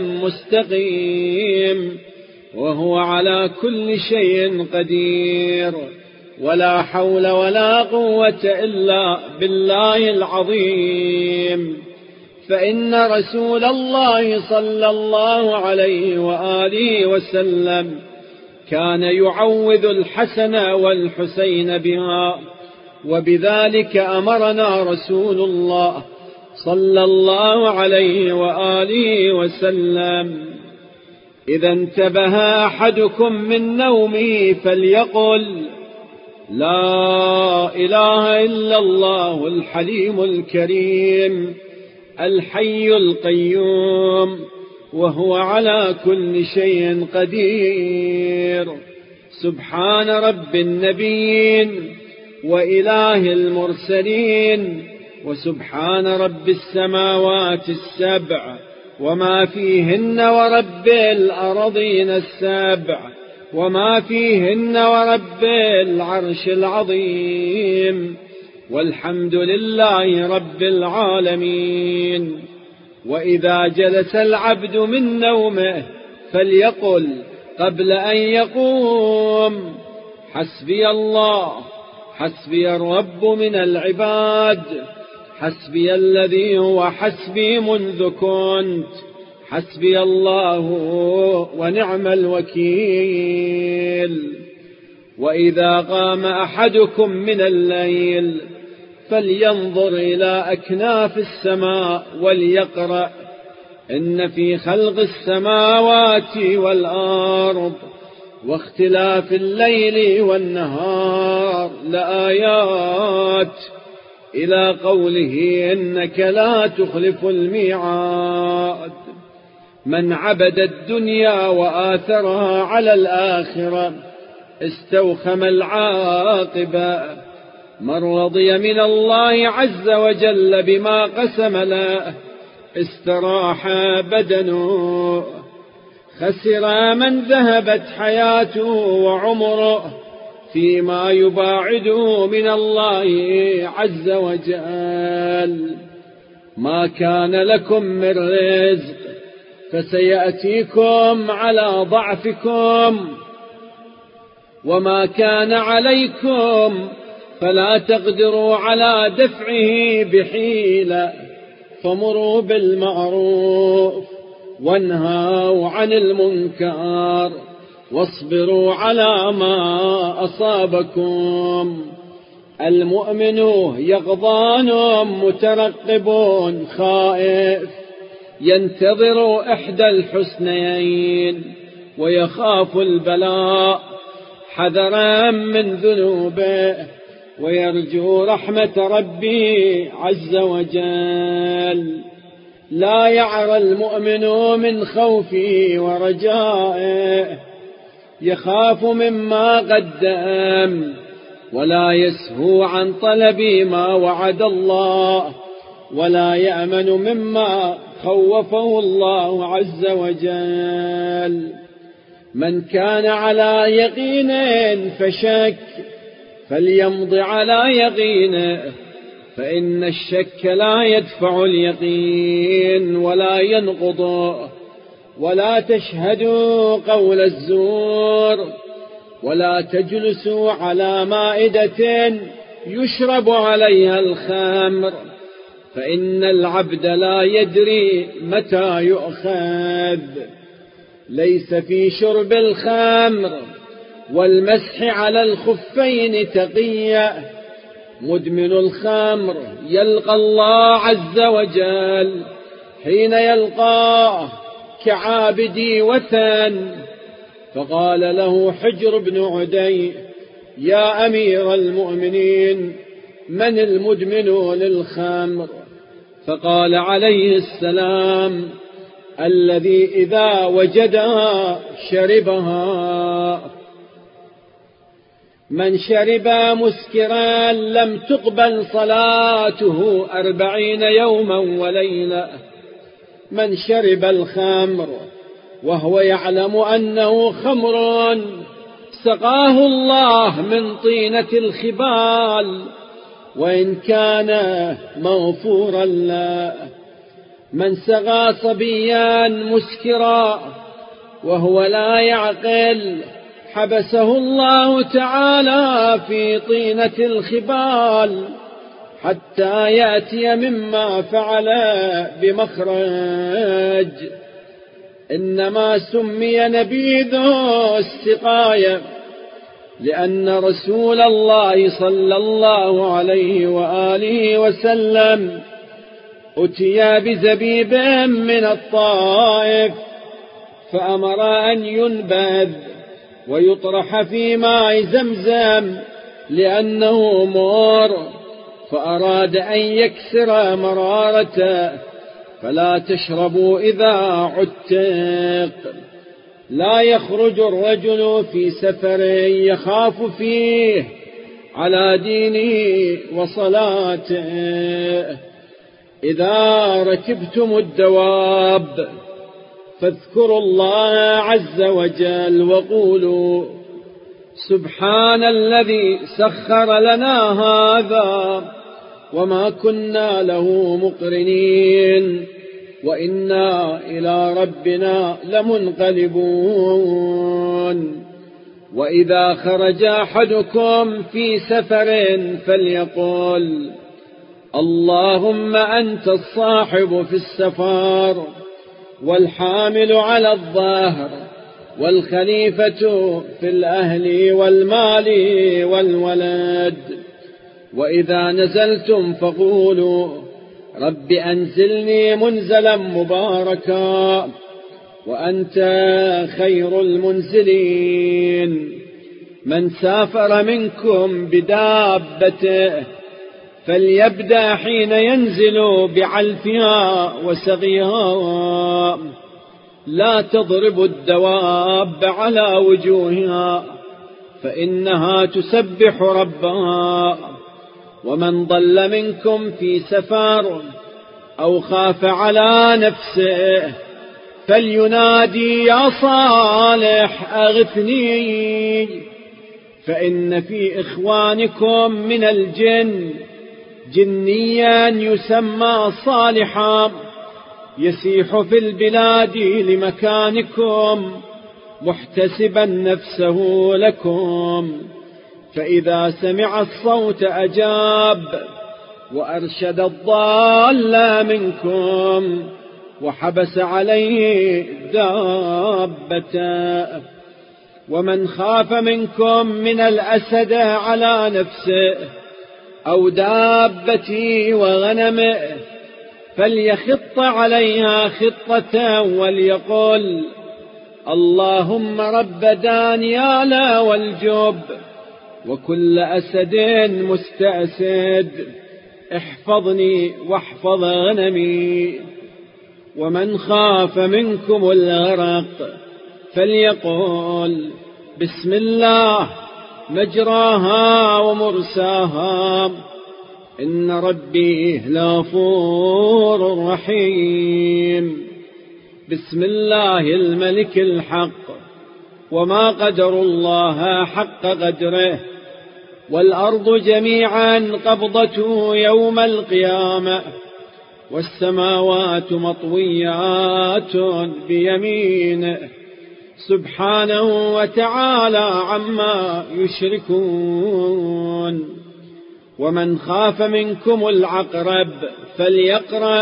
مستقيم وهو على كل شيء قدير، ولا حول ولا قوة إلا بالله العظيم. فإن رسول الله صلى الله عليه وآله وسلم كان يعوذ الحسن والحسين بها، وبذلك أمرنا رسول الله صلى الله عليه وآله وسلم: إذا انتبه أحدكم من نومه فليقل: لا إله إلا الله الحليم الكريم الحي القيوم وهو على كل شيء قدير. سبحان رب النبيين وإله المرسلين، وسبحان رب السماوات السبع وما فيهن، ورب الأرضين السبع وما فيهن، ورب العرش العظيم، والحمد لله رب العالمين. وإذا جلس العبد من نومه فليقل قبل أن يقوم: حسبي الله، حسبي الرب من العباد، حسبي الذي هو حسبي منذ كنت، حسبي الله ونعم الوكيل. وإذا قام أحدكم من الليل فلينظر إلى أكناف السماء وليقرأ: إن في خلق السماوات والأرض واختلاف الليل والنهار لآيات، إلى قوله: إنك لا تخلف الميعاد. من عبد الدنيا وآثرها على الآخرة استوخم العاقبة. من رضي من الله عز وجل بما قسم له استراح بدنه. خسر من ذهبت حياته وعمره فيما يباعده من الله عز وجل. ما كان لكم من رزق فسيأتيكم على ضعفكم، وما كان عليكم فلا تقدروا على دفعه بحيلة، فمروا بالمعروف وانهوا عن المنكر واصبروا على ما أصابكم. المؤمن يقظان مترقب خائف، ينتظر إحدى الحسنيين ويخاف البلاء حذرا من ذنوبه، ويرجو رحمة ربي عز وجل. لا يعرى المؤمن من خوفه ورجائه، يخاف مما قدم ولا يسهو عن طلب ما وعد الله، ولا يأمن مما خوفه الله عز وجل. من كان على يقين فشك فليمض على يقينه، فإن الشك لا يدفع اليقين ولا ينقضه. ولا تشهدوا قول الزور، ولا تجلسوا على مائدة يشرب عليها الخمر، فإن العبد لا يدري متى يؤخذ. ليس في شرب الخمر والمسح على الخفين تقية. مدمن الخمر يلقى الله عز وجل حين يلقاه كعابدي وثن. فقال له حجر بن عدي: يا أمير المؤمنين، من المدمن للخمر؟ فقال عليه السلام: الذي إذا وجدها شربها. من شرب مسكرا لم تقبل صلاته 40 يوما وليلة. من شرب الخمر وهو يعلم أنه خمر سقاه الله من طينة الخبال وإن كان مغفورا له. من سغى صبيا مسكرا وهو لا يعقل حبسه الله تعالى في طينة الخبال حتى يأتي مما فعل بمخرج. إنما سمي نبيذ السقاية لأن رسول الله صلى الله عليه وآله وسلم أتي بزبيب من الطائف فأمر أن ينبذ ويطرح في ماء زمزم لأنه مر، فأراد أن يكسر مرارته فلا تشربوا إذا عتق. لا يخرج الرجل في سفر يخاف فيه على دينه وصلاته. إذا ركبتم الدواب فاذكروا الله عز وجل وقولوا سبحان الذي سخر لنا هذا وما كنا له مقرنين وإنا إلى ربنا لمنقلبون. وإذا خرج أحدكم في سفر فليقل اللهم أنت الصاحب في السفر والحامل على الظهر والخليفة في الأهل والمال والولد. وإذا نزلتم فقولوا رب أنزلني منزلا مباركا وأنت خير المنزلين. من سافر منكم بدابته فليبدأ حين ينزل بعلفها وسقيها، لا تضرب الدواب على وجوهها فإنها تسبح ربها. ومن ضل منكم في سفر أو خاف على نفسه فلينادي يا صالح أغثني، فإن في إخوانكم من الجن جنيا يسمى صالحا يسيح في البلاد لمكانكم محتسبا نفسه لكم، فإذا سمع الصوت أجاب وأرشد الضال منكم وحبس عليه دابته. ومن خاف منكم من الأسد على نفسه أو دابته وغنمه فليخط عليها خطة وليقل اللهم رب دانيال والجب وكل أسد مستأسد احفظني واحفظ غنمي. ومن خاف منكم الغرق فليقول بسم الله مجراها ومرساها إن ربي لغفور رحيم. بسم الله الملك الحق. وما قدر الله حق قدره والأرض جميعا قبضته يوم القيامة والسماوات مطويات بيمينه سبحانه وتعالى عما يشركون. ومن خاف منكم العقرب فليقرأ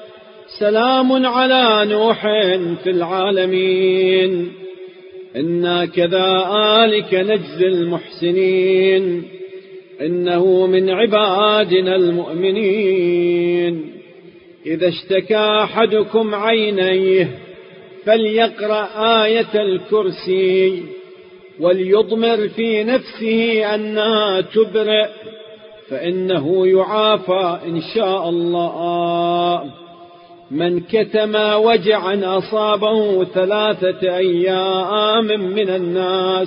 سلام على نوح في العالمين إنا كذلك نجزي المحسنين إنه من عبادنا المؤمنين. إذا اشتكى أحدكم عينيه فليقرأ آية الكرسي وليضمر في نفسه أنها تبرئ فإنه يعافى إن شاء الله. من كتم وجعا أصابه 3 أيام من الناس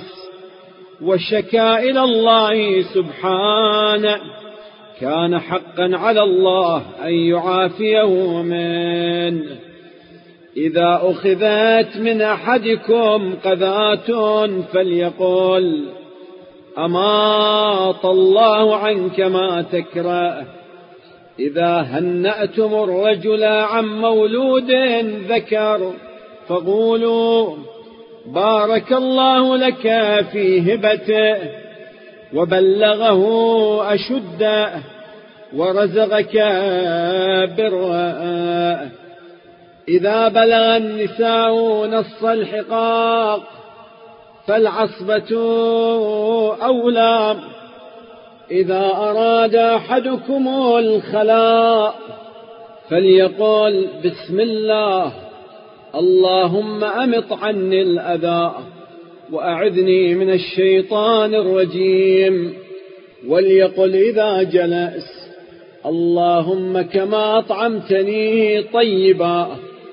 وشكى إلى الله سبحانه كان حقا على الله أن يعافيه منه. إذا أخذت من أحدكم قذاة فليقل أماط الله عنك ما تكره إذا هنأتم الرجل عن مولود ذكر فقولوا بارك الله لك في هبته وبلغه أشده ورزقك بره. إذا بلغ النساء نص الحقاق فالعصبة أولى. إذا أراد أحدكم الخلاء فليقل بسم الله اللهم أمط عني الأذى وأعذني من الشيطان الرجيم. وليقل إذا جلس اللهم كما أطعمتني طيبا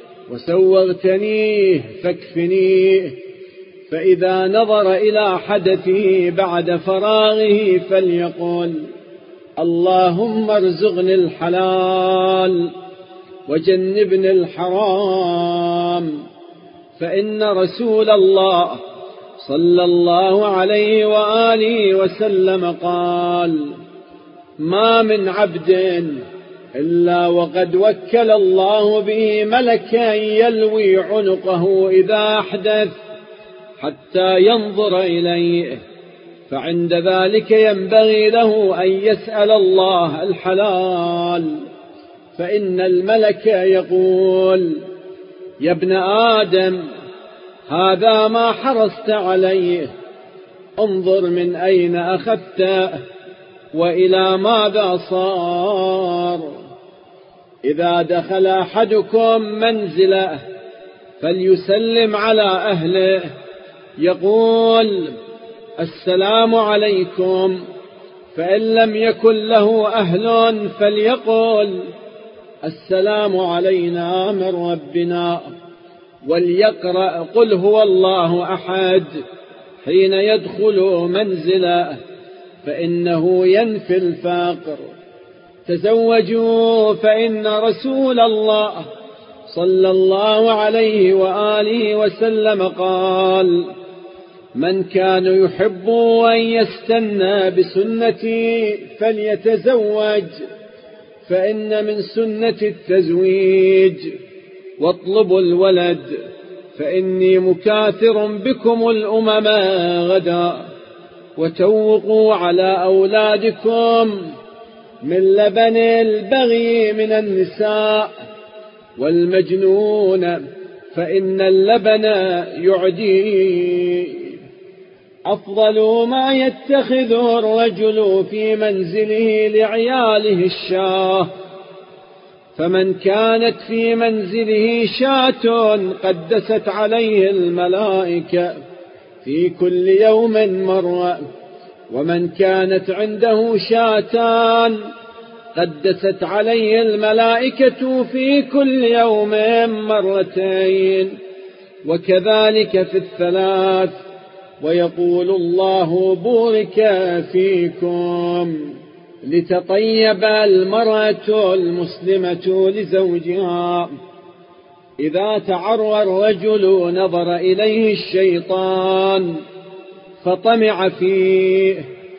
وسوغتني فاكفنيه. فإذا نظر إلى حدثه بعد فراغه فليقل اللهم ارزقني الحلال وجنبني الحرام. فإن رسول الله صلى الله عليه وآله وسلم قال ما من عبد إلا وقد وكل الله به ملكا يلوي عنقه إذا أحدث حتى ينظر إليه، فعند ذلك ينبغي له أن يسأل الله الحلال، فإن الملك يقول يا ابن آدم هذا ما حرصت عليه، انظر من أين أخذته وإلى ماذا صار. إذا دخل أحدكم منزله فليسلم على أهله يقول السلام عليكم، فإن لم يكن له أهل فليقل السلام علينا من ربنا، وليقرأ قل هو الله أحد حين يدخل منزله فإنه ينفي الفقر. تزوجوا فإن رسول الله صلى الله عليه وآله وسلم قال من كان يحب أن يستنى بسنتي فليتزوج، فإن من سنة التزويج واطلبوا الولد فإني مكاثر بكم الأمم غدا. وتوقوا على أولادكم من لبن البغي من النساء والمجنون، فإن اللبن يعدي. أفضل ما يتخذ الرجل في منزله لعياله الشاة، فمن كانت في منزله شاة قدست عليه الملائكة في كل يوم مرة، ومن كانت عنده شاتان قدست عليه الملائكة في كل يوم مرتين، وكذلك في الثلاث. ويقول الله بورك فيكم. لتطيب المرأة المسلمة لزوجها. إذا تعرى الرجل نظر إليه الشيطان فطمع فيه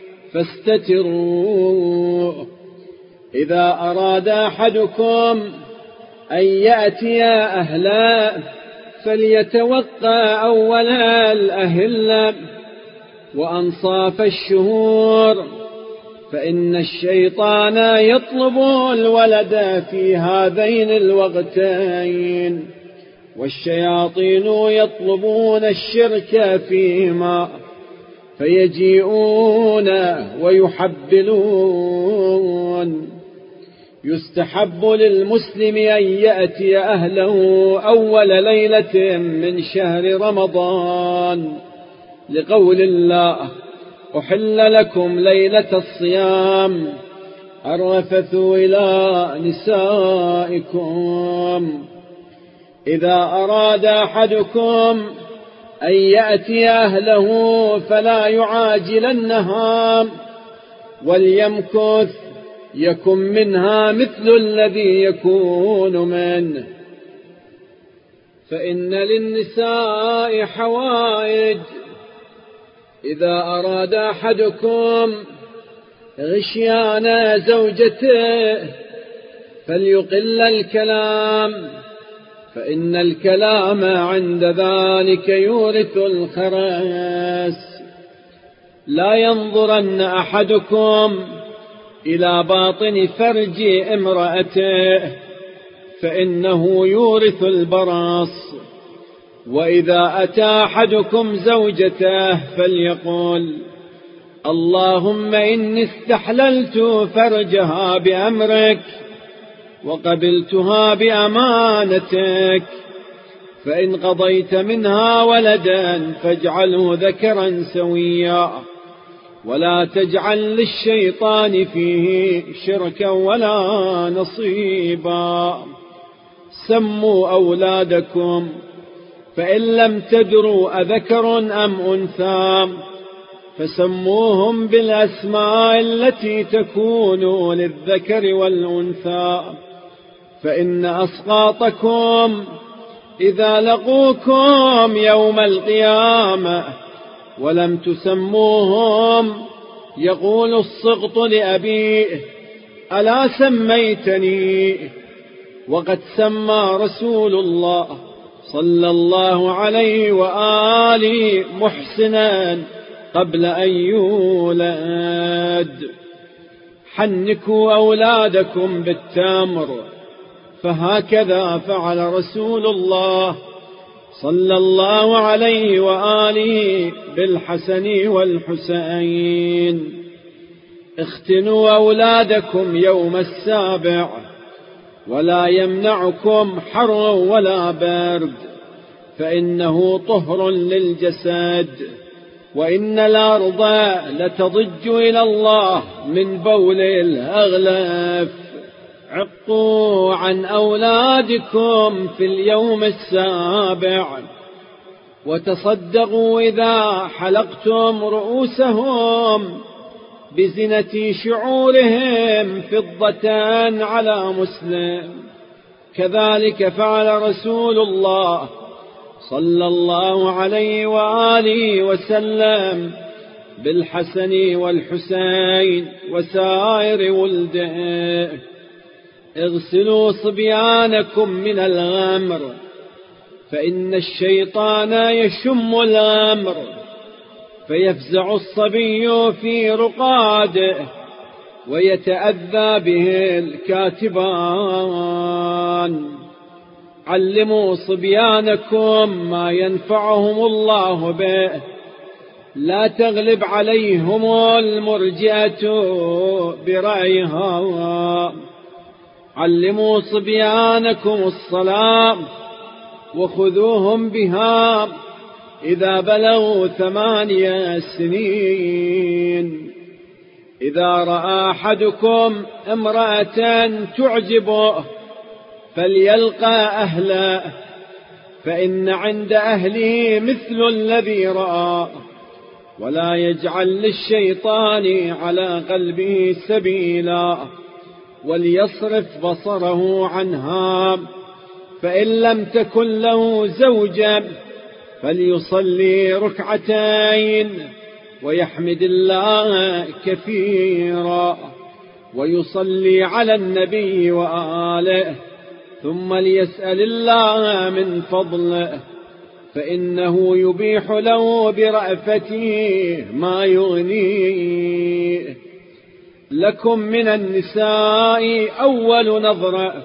فاستتروا. إذا أراد أحدكم أن يأتي أهله فليتوقع أول الأهلة وأنصاف الشهور، فإن الشيطان يطلب الولد في هذين الوقتين، والشياطين يطلبون الشرك فيهما، فيجيئون ويحبلون. يستحب للمسلم أن يأتي أهله أول ليلة من شهر رمضان، لقول الله أحل لكم ليلة الصيام الرفث إلى نسائكم. إذا أراد أحدكم أن يأتي أهله فلا يعاجلنها وليمكث يكن منها مثل الذي يكون منه. فإن للنساء حوائج. إذا أراد أحدكم غشيان زوجته فليقل الكلام، فإن الكلام عند ذلك يورث الخرس. لا ينظرن أحدكم إلى باطن فرج امرأته، فإنه يورث البرص. وإذا أتى أحدكم زوجته فليقول: اللهم إني استحللت فرجها بأمرك وقبلتها بأمانتك، فإن قضيت منها ولدا فاجعله ذكرا سويا، ولا تجعل للشيطان فيه شركا ولا نصيبا. سموا أولادكم، فإن لم تدروا أذكر أم أنثى فسموهم بالأسماء التي تكون للذكر والأنثى، فإن أسقاطكم إذا لقوكم يوم القيامة ولم تسموهم يقول السقط لأبيه: ألا سميتني؟ وقد سمى رسول الله صلى الله عليه وآله محسنا قبل أن يولد. حنكوا أولادكم بالتمر، فهكذا فعل رسول الله صلى الله عليه وآله بالحسن والحسين. اختنوا أولادكم يوم السابع، ولا يمنعكم حر ولا برد، فإنه طهر للجسد. وإن الأرض لتضج إلى الله من بول الأغلف. عقوا عن أولادكم في اليوم السابع، وتصدقوا إذا حلقتم رؤوسهم بزنة شعورهم فضة على مسلم. كذلك فعل رسول الله صلى الله عليه وآله وسلم بالحسن والحسين وسائر ولده. اغسلوا صبيانكم من الغمر، فإن الشيطان يشم الغمر فيفزع الصبي في رقاده ويتأذى به الكاتبان. علموا صبيانكم ما ينفعهم الله به، لا تغلب عليهم المرجئة برأيها. علموا صبيانكم الصلاة وخذوهم بها إذا بلغوا 8 سنين. إذا رأى أحدكم امرأة تعجبه فليلقى أهله، فإن عند أهله مثل الذي رأى، ولا يجعل للشيطان على قلبه سبيلا، وليصرف بصره عنها. فإن لم تكن له زوجا فليصلي 2 ركعتين ويحمد الله كثيرا، ويصلي على النبي وآله، ثم ليسأل الله من فضله، فإنه يبيح له برأفته ما يغنيه. لكم من النساء أول نظرة،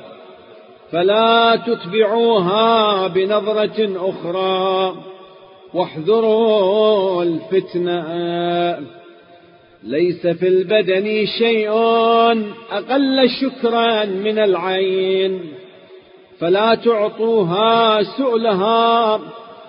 فلا تتبعوها بنظرة أخرى، واحذروا الفتنة. ليس في البدن شيء أقل شكرا من العين، فلا تعطوها سؤلها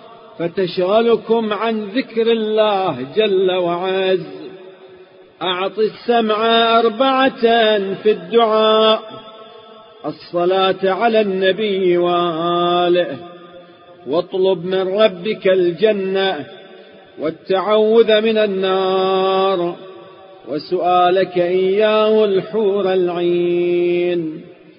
فتشغلكم عن ذكر الله جل وعز. أعط السمع 4 في الدعاء: الصلاة على النبي وآله، واطلب من ربك الجنة، والتعوذ من النار، وسؤالك إياه الحور العين.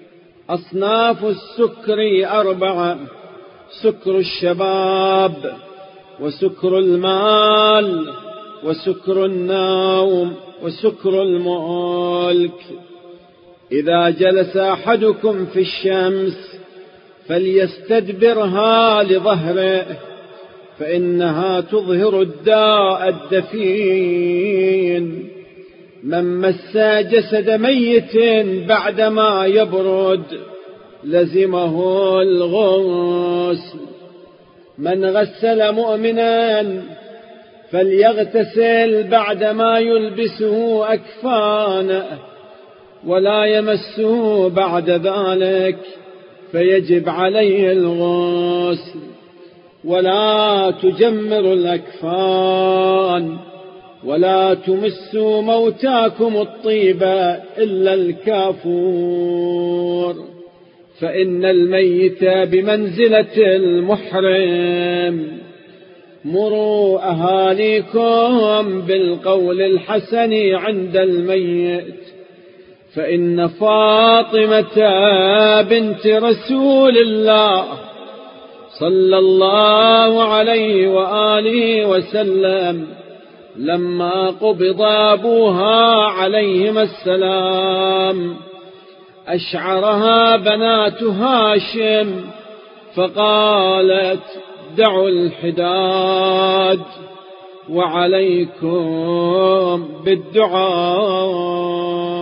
أصناف السكر 4: سكر الشباب، وسكر المال، وسكر النوم، وسكر الملك. إذا جلس أحدكم في الشمس فليستدبرها لظهره فإنها تظهر الداء الدفين. من مس جسد ميت بعدما يبرد لزمه الغسل. من غسل مؤمنا فليغتسل بعدما يلبسه أكفانه ولا يمسه بعد ذلك فيجب عليه الغسل. ولا تجمر الأكفان ولا تمسوا موتاكم الطيبة إلا الكافور، فإن الميت بمنزلة المحرم. مروا أهاليكم بالقول الحسن عند الميت، فإن فاطمة بنت رسول الله صلى الله عليه وآله وسلم لما قبض أبوها عليهما السلام أشعرها بنات هاشم فقالت: دعوا الحداد وعليكم بالدعاء.